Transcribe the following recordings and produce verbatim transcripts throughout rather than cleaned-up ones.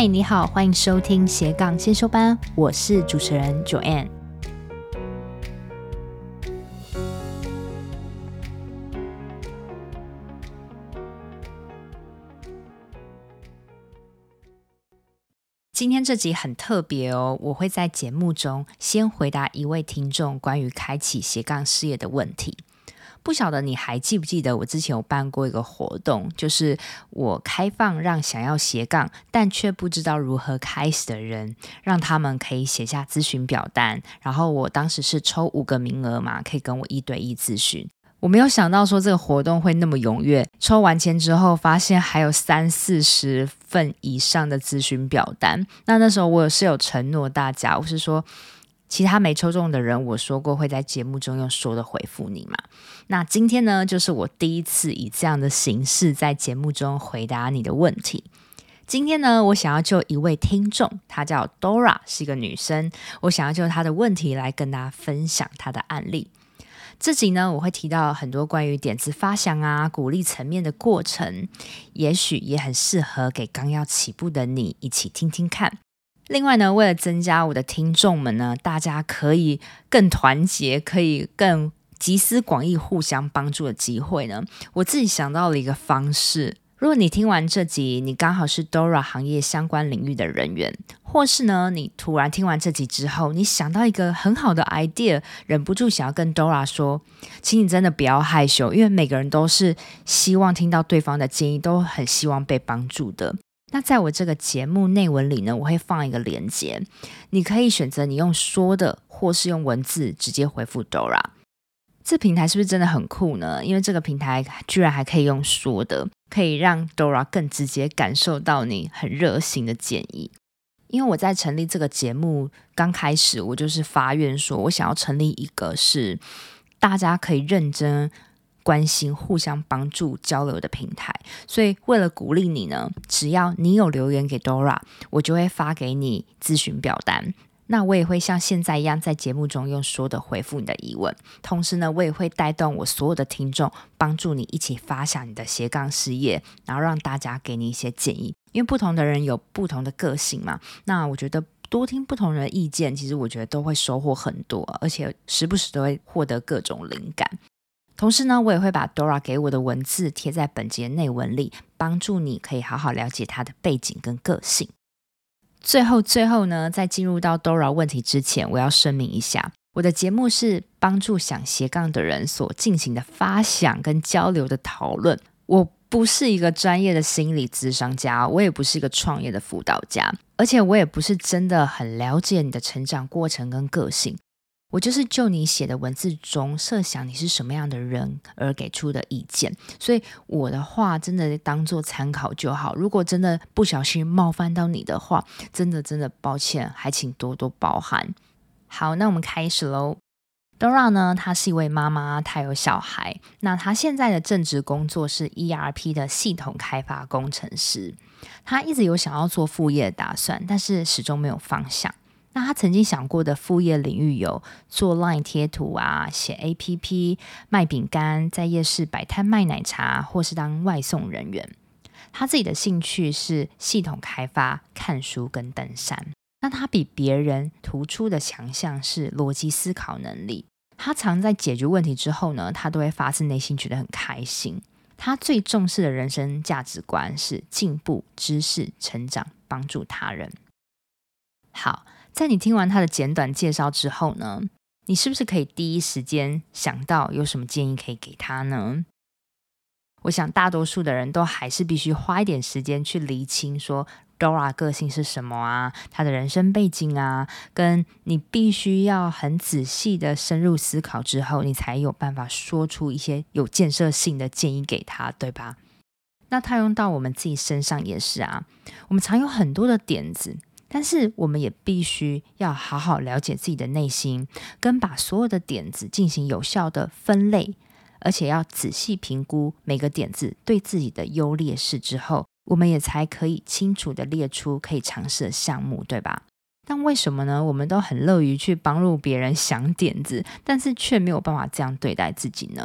嗨，你好，欢迎收听斜杠先修班，我是主持人 Joanne。今天这集很特别哦，我会在节目中先回答一位听众关于开启斜杠事业的问题。不晓得你还记不记得我之前有办过一个活动，就是我开放让想要斜杠但却不知道如何开始的人，让他们可以写下咨询表单，然后我当时是抽五个名额嘛，可以跟我一对一咨询。我没有想到说这个活动会那么踊跃，抽完签之后发现还有三四十份以上的咨询表单。那那时候我是有承诺大家，我是说其他没抽中的人，我说过会在节目中用说的回复你嘛。那今天呢，就是我第一次以这样的形式在节目中回答你的问题。今天呢，我想要就一位听众，她叫 Dora， 是一个女生，我想要就她的问题来跟大家分享她的案例。这集呢，我会提到很多关于点子发想啊、鼓励层面的过程，也许也很适合给刚要起步的你一起听听看。另外呢，为了增加我的听众们呢，大家可以更团结，可以更集思广益，互相帮助的机会呢，我自己想到了一个方式。如果你听完这集，你刚好是 Dora 行业相关领域的人员，或是呢，你突然听完这集之后，你想到一个很好的 idea， 忍不住想要跟 Dora 说，请你真的不要害羞，因为每个人都是希望听到对方的建议，都很希望被帮助的。那在我这个节目内文里呢，我会放一个连结，你可以选择你用说的，或是用文字直接回复 Dora。这平台是不是真的很酷呢？因为这个平台居然还可以用说的，可以让 Dora 更直接感受到你很热心的建议。因为我在成立这个节目刚开始，我就是发愿说，我想要成立一个是大家可以认真关心、互相帮助、交流的平台。所以为了鼓励你呢，只要你有留言给 Dora， 我就会发给你咨询表单。那我也会像现在一样在节目中用说的回复你的疑问，同时呢，我也会带动我所有的听众，帮助你一起发想你的斜杠事业，然后让大家给你一些建议。因为不同的人有不同的个性嘛，那我觉得多听不同人的意见，其实我觉得都会收获很多，而且时不时都会获得各种灵感。同时呢，我也会把 Dora 给我的文字贴在本节内文里，帮助你可以好好了解她的背景跟个性。最后最后呢，在进入到 Dora 问题之前，我要声明一下，我的节目是帮助想斜杠的人所进行的发想跟交流的讨论。我不是一个专业的心理咨商家，我也不是一个创业的辅导家，而且我也不是真的很了解你的成长过程跟个性。我就是就你写的文字中设想你是什么样的人而给出的意见，所以我的话真的当做参考就好。如果真的不小心冒犯到你的话，真的真的抱歉，还请多多包涵。好，那我们开始咯。Dora 呢，她是一位妈妈，她有小孩。那她现在的正职工作是 E R P 的系统开发工程师。她一直有想要做副业的打算，但是始终没有方向。那他曾经想过的副业领域有做 LINE 贴图啊、写 A P P、卖饼干、在夜市摆摊卖奶茶，或是当外送人员。他自己的兴趣是系统开发、看书跟登山。那他比别人突出的强项是逻辑思考能力。他常在解决问题之后呢，他都会发自内心觉得很开心。他最重视的人生价值观是进步、知识、成长、帮助他人。好，在你听完他的简短介绍之后呢，你是不是可以第一时间想到有什么建议可以给他呢？我想大多数的人都还是必须花一点时间去厘清说 Dora 个性是什么啊，他的人生背景啊，跟你必须要很仔细的深入思考之后，你才有办法说出一些有建设性的建议给他，对吧？那套用到我们自己身上也是啊，我们常有很多的点子，但是我们也必须要好好了解自己的内心，跟把所有的点子进行有效的分类，而且要仔细评估每个点子对自己的优劣势之后，我们也才可以清楚的列出可以尝试的项目，对吧？但为什么呢？我们都很乐于去帮助别人想点子，但是却没有办法这样对待自己呢？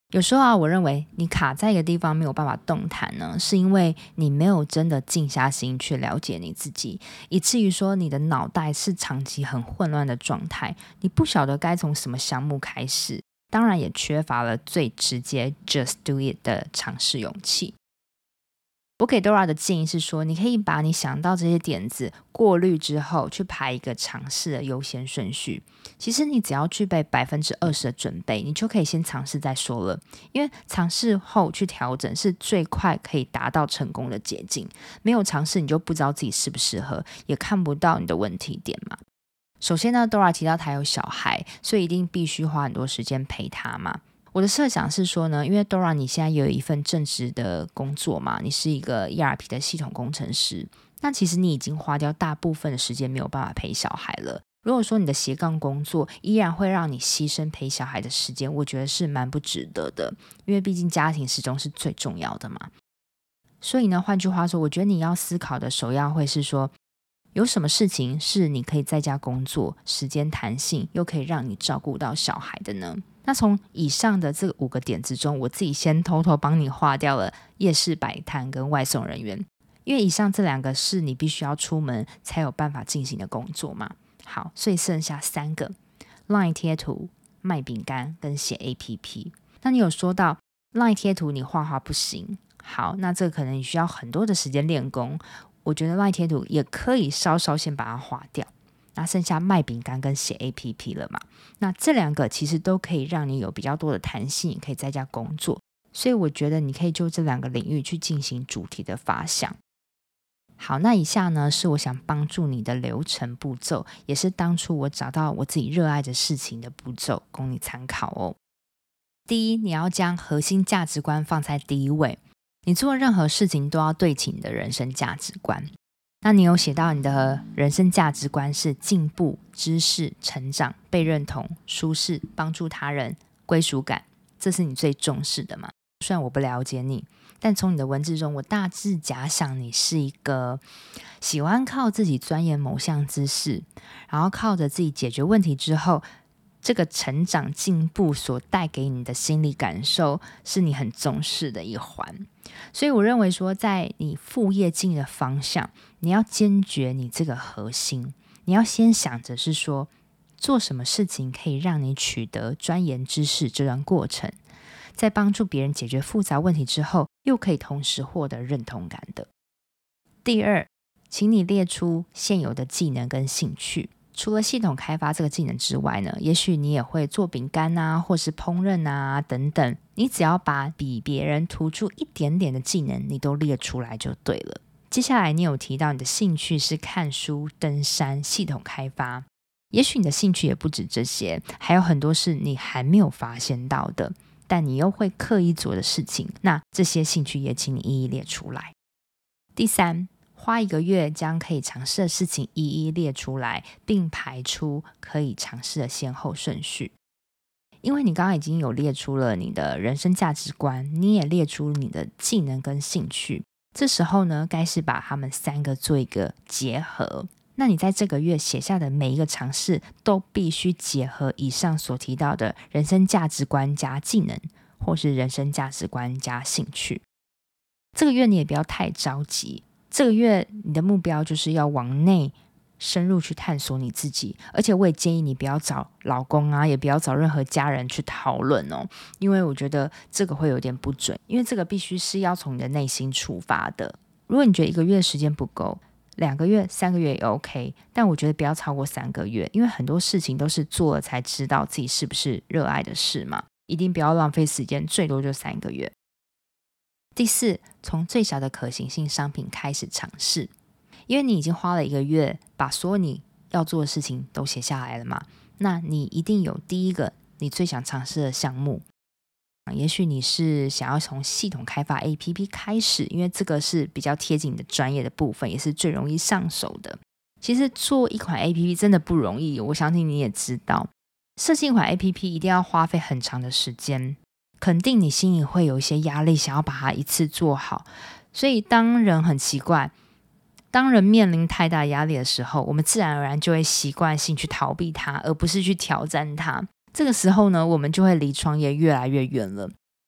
有时候啊，我认为你卡在一个地方没有办法动弹呢，是因为你没有真的静下心去了解你自己，以至于说你的脑袋是长期很混乱的状态，你不晓得该从什么项目开始，当然也缺乏了最直接 just do it 的尝试勇气。我给 Dora 的建议是说，你可以把你想到这些点子过滤之后，去排一个尝试的优先顺序。其实你只要具备 百分之二十 的准备，你就可以先尝试再说了。因为尝试后去调整是最快可以达到成功的捷径。没有尝试你就不知道自己适不适合，也看不到你的问题点嘛。首先呢 Dora 提到她有小孩，所以一定必须花很多时间陪他嘛。我的设想是说呢，因为 Dora 你现在有一份正职的工作嘛，你是一个 E R P 的系统工程师，那其实你已经花掉大部分的时间没有办法陪小孩了。如果说你的斜杠工作依然会让你牺牲陪小孩的时间，我觉得是蛮不值得的，因为毕竟家庭始终是最重要的嘛。所以呢，换句话说，我觉得你要思考的首要会是说，有什么事情是你可以在家工作，时间弹性又可以让你照顾到小孩的呢？那从以上的这五个点之中，我自己先偷偷帮你划掉了夜市摆摊跟外送人员，因为以上这两个是你必须要出门才有办法进行的工作嘛。好，所以剩下三个 LINE 贴图、卖饼干跟写 A P P。 那你有说到 LINE 贴图你画画不行，好，那这个可能你需要很多的时间练功，我觉得 LINE 贴图也可以稍稍先把它划掉。那剩下卖饼干跟写 A P P 了嘛，那这两个其实都可以让你有比较多的弹性，可以在家工作，所以我觉得你可以就这两个领域去进行主题的发想。好，那以下呢是我想帮助你的流程步骤，也是当初我找到我自己热爱的事情的步骤，供你参考哦。第一，你要将核心价值观放在第一位，你做任何事情都要对齐你的人生价值观。那你有写到你的人生价值观是进步、知识、成长、被认同、舒适、帮助他人、归属感，这是你最重视的嘛？虽然我不了解你，但从你的文字中，我大致假想你是一个喜欢靠自己钻研某项知识，然后靠着自己解决问题之后，这个成长进步所带给你的心理感受是你很重视的一环。所以我认为说，在你副业经营的方向，你要坚决你这个核心，你要先想着是说，做什么事情可以让你取得钻研知识这段过程，在帮助别人解决复杂问题之后，又可以同时获得认同感的。第二，请你列出现有的技能跟兴趣。除了系统开发这个技能之外呢，也许你也会做饼干啊，或是烹饪啊等等，你只要把比别人突出一点点的技能你都列出来就对了。接下来你有提到你的兴趣是看书、登山、系统开发，也许你的兴趣也不止这些，还有很多是你还没有发现到的，但你又会刻意做的事情，那这些兴趣也请你一一列出来。第三，花一个月将可以尝试的事情一一列出来，并排出可以尝试的先后顺序。因为你刚刚已经有列出了你的人生价值观，你也列出你的技能跟兴趣，这时候呢，该是把他们三个做一个结合。那你在这个月写下的每一个尝试，都必须结合以上所提到的人生价值观加技能，或是人生价值观加兴趣。这个月你也不要太着急，这个月你的目标就是要往内深入去探索你自己，而且我也建议你不要找老公啊，也不要找任何家人去讨论哦，因为我觉得这个会有点不准，因为这个必须是要从你的内心出发的。如果你觉得一个月的时间不够，两个月、三个月也 OK， 但我觉得不要超过三个月，因为很多事情都是做了才知道自己是不是热爱的事嘛，一定不要浪费时间，最多就三个月。第四，从最小的可行性商品开始尝试，因为你已经花了一个月把所有你要做的事情都写下来了嘛，那你一定有第一个你最想尝试的项目。也许你是想要从系统开发 A P P 开始，因为这个是比较贴近你的专业的部分，也是最容易上手的。其实做一款 A P P 真的不容易，我相信你也知道，设计一款 A P P 一定要花费很长的时间，肯定你心里会有一些压力，想要把它一次做好。所以当人很奇怪，当人面临太大压力的时候，我们自然而然就会习惯性去逃避它，而不是去挑战它。这个时候呢，我们就会离创业越来越远了。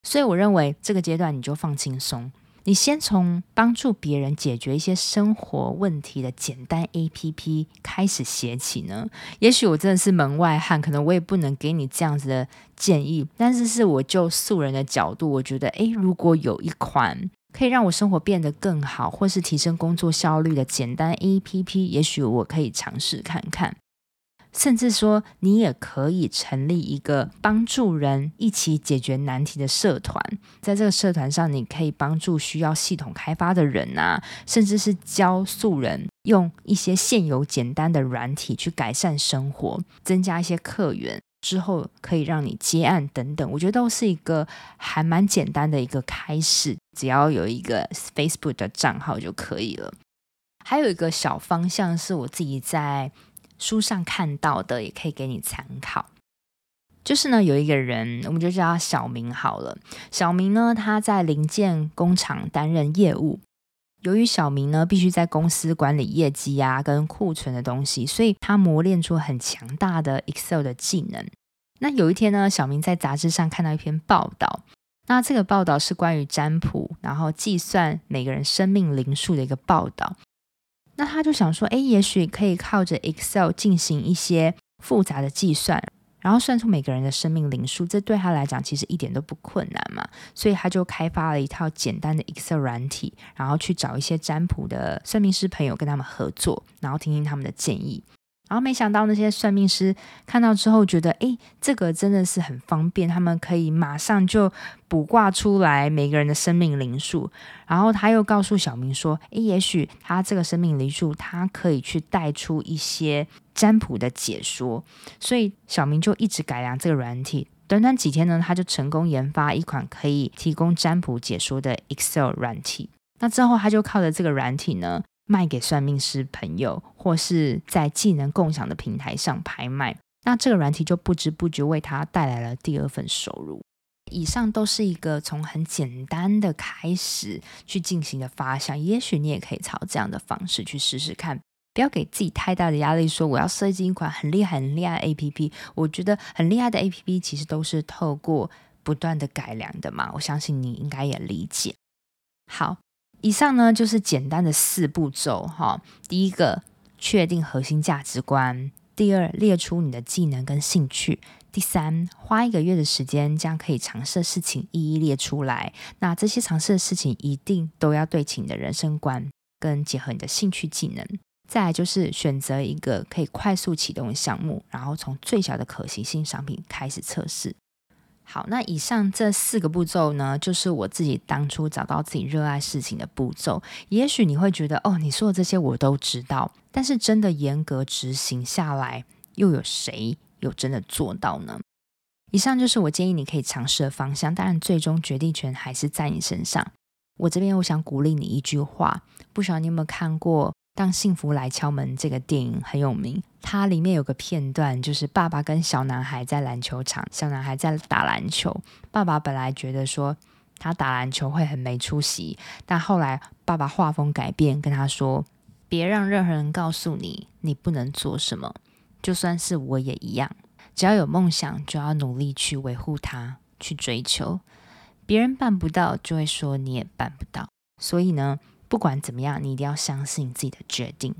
所以我认为这个阶段你就放轻松，你先从帮助别人解决一些生活问题的简单 A P P 开始写起呢。也许我真的是门外汉，可能我也不能给你这样子的建议，但是是我就素人的角度，我觉得诶，如果有一款可以让我生活变得更好，或是提升工作效率的简单 A P P， 也许我可以尝试看看。甚至说你也可以成立一个帮助人一起解决难题的社团，在这个社团上你可以帮助需要系统开发的人啊，甚至是教素人用一些现有简单的软体去改善生活，增加一些客源，之后可以让你接案等等，我觉得都是一个还蛮简单的一个开始，只要有一个 Facebook 的账号就可以了。还有一个小方向是我自己在书上看到的，也可以给你参考。就是呢，有一个人，我们就叫他小明好了。小明呢，他在零件工厂担任业务。由于小明呢，必须在公司管理业绩啊，跟库存的东西，所以他磨练出很强大的 Excel 的技能。那有一天呢，小明在杂志上看到一篇报道，那这个报道是关于占卜，然后计算每个人生命灵数的一个报道。那他就想说，诶，也许可以靠着 Excel 进行一些复杂的计算，然后算出每个人的生命灵数，这对他来讲其实一点都不困难嘛，所以他就开发了一套简单的 Excel 软体，然后去找一些占卜的算命师朋友跟他们合作，然后听听他们的建议。然后没想到那些算命师看到之后觉得，诶，这个真的是很方便，他们可以马上就卜卦出来每个人的生命灵数。然后他又告诉小明说，诶，也许他这个生命灵数他可以去带出一些占卜的解说，所以小明就一直改良这个软体。短短几天呢，他就成功研发一款可以提供占卜解说的 Excel 软体。那之后他就靠着这个软体呢，卖给算命师朋友，或是在技能共享的平台上拍卖。那这个软体就不知不觉为他带来了第二份收入。以上都是一个从很简单的开始去进行的发想，也许你也可以朝这样的方式去试试看，不要给自己太大的压力，说我要设计一款很厉害很厉害的 A P P。 我觉得很厉害的 A P P 其实都是透过不断的改良的嘛，我相信你应该也理解。好，以上呢就是简单的四步骤哈。第一个，确定核心价值观；第二，列出你的技能跟兴趣；第三，花一个月的时间将可以尝试的事情一一列出来。那这些尝试的事情一定都要对齐你的人生观，跟结合你的兴趣技能。再来就是选择一个可以快速启动的项目，然后从最小的可行性商品开始测试。好，那以上这四个步骤呢，就是我自己当初找到自己热爱事情的步骤。也许你会觉得，哦，你说的这些我都知道，但是真的严格执行下来，又有谁有真的做到呢？以上就是我建议你可以尝试的方向，当然最终决定权还是在你身上。我这边我想鼓励你一句话，不晓得你有没有看过当幸福来敲门这个电影，很有名。它里面有个片段，就是爸爸跟小男孩在篮球场，小男孩在打篮球。爸爸本来觉得说他打篮球会很没出息，但后来爸爸话锋改变，跟他说，别让任何人告诉你你不能做什么，就算是我也一样，只要有梦想就要努力去维护它，去追求。别人办不到就会说你也办不到，所以呢，不管怎么样，你一定要相信自己的决定。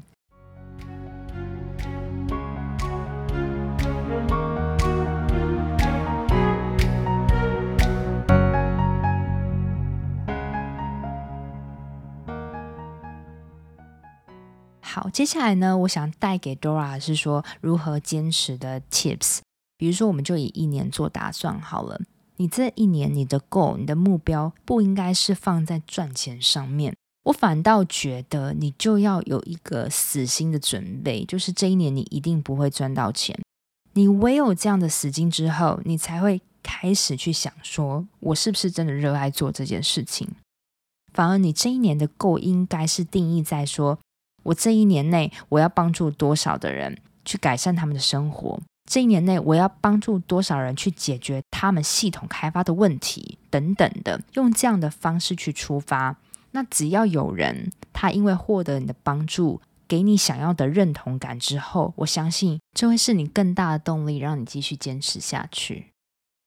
好，接下来呢，我想带给 Dora 是说如何坚持的 tips。 比如说我们就以一年做打算好了，你这一年你的 goal 你的目标不应该是放在赚钱上面，我反倒觉得你就要有一个死心的准备，就是这一年你一定不会赚到钱。你唯有这样的死心之后，你才会开始去想说，我是不是真的热爱做这件事情。反而你这一年的 goal 应该是定义在说，我这一年内我要帮助多少的人去改善他们的生活，这一年内我要帮助多少人去解决他们系统开发的问题等等的，用这样的方式去出发。那只要有人他因为获得你的帮助，给你想要的认同感之后，我相信这会是你更大的动力，让你继续坚持下去。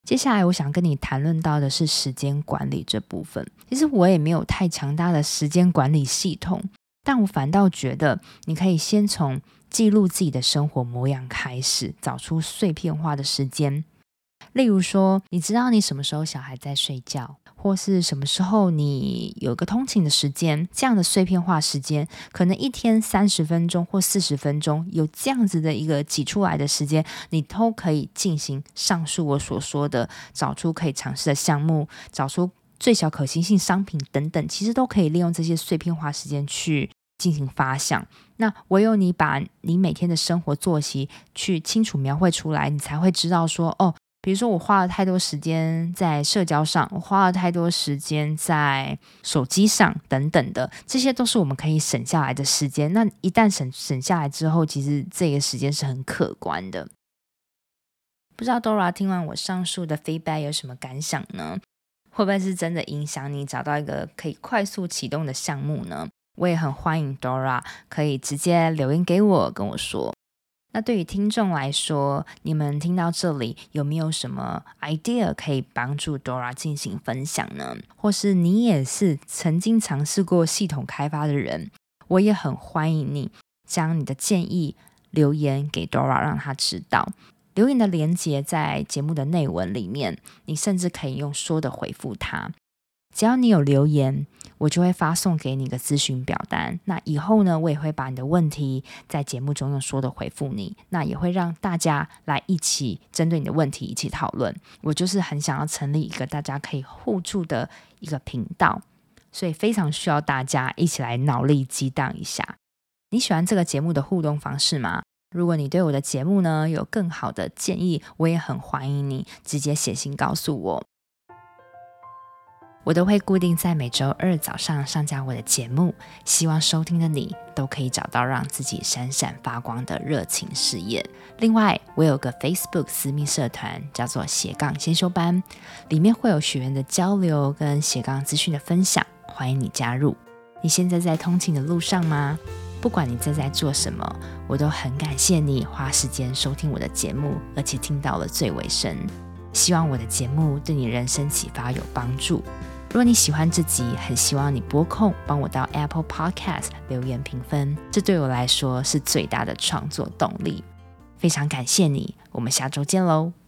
接下来我想跟你谈论到的是时间管理这部分。其实我也没有太强大的时间管理系统，但我反倒觉得你可以先从记录自己的生活模样开始，找出碎片化的时间。例如说，你知道你什么时候小孩在睡觉，或是什么时候你有个通勤的时间，这样的碎片化时间，可能一天三十分钟或四十分钟，有这样子的一个挤出来的时间，你都可以进行上述我所说的，找出可以尝试的项目，找出最小可行性商品等等，其实都可以利用这些碎片化时间去进行发想。那唯有你把你每天的生活作息去清楚描绘出来，你才会知道说，哦，比如说我花了太多时间在社交上，我花了太多时间在手机上等等的，这些都是我们可以省下来的时间。那一旦省省下来之后，其实这个时间是很可观的。不知道 Dora 听完我上述的 feedback 有什么感想呢？会不会是真的影响你找到一个可以快速启动的项目呢？我也很欢迎 Dora 可以直接留言给我，跟我说。那对于听众来说，你们听到这里有没有什么 idea 可以帮助 Dora 进行分享呢？或是你也是曾经尝试过系统开发的人，我也很欢迎你将你的建议留言给 Dora， 让她知道。留言的连结在节目的内文里面，你甚至可以用说的回复她。只要你有留言，我就会发送给你一个咨询表单。那以后呢，我也会把你的问题在节目中用说的回复你，那也会让大家来一起针对你的问题一起讨论。我就是很想要成立一个大家可以互助的一个频道，所以非常需要大家一起来脑力激荡一下。你喜欢这个节目的互动方式吗？如果你对我的节目呢有更好的建议，我也很欢迎你直接写信告诉我。我都会固定在每周二早上上架我的节目，希望收听的你都可以找到让自己闪闪发光的热情事业。另外，我有个 Facebook 私密社团叫做斜杠先修班，里面会有学员的交流跟斜杠资讯的分享，欢迎你加入。你现在在通勤的路上吗？不管你正在做什么，我都很感谢你花时间收听我的节目，而且听到了最尾声。希望我的节目对你人生启发有帮助。如果你喜欢这集，很希望你拨空帮我到 Apple Podcast 留言评分，这对我来说是最大的创作动力。非常感谢你，我们下周见喽。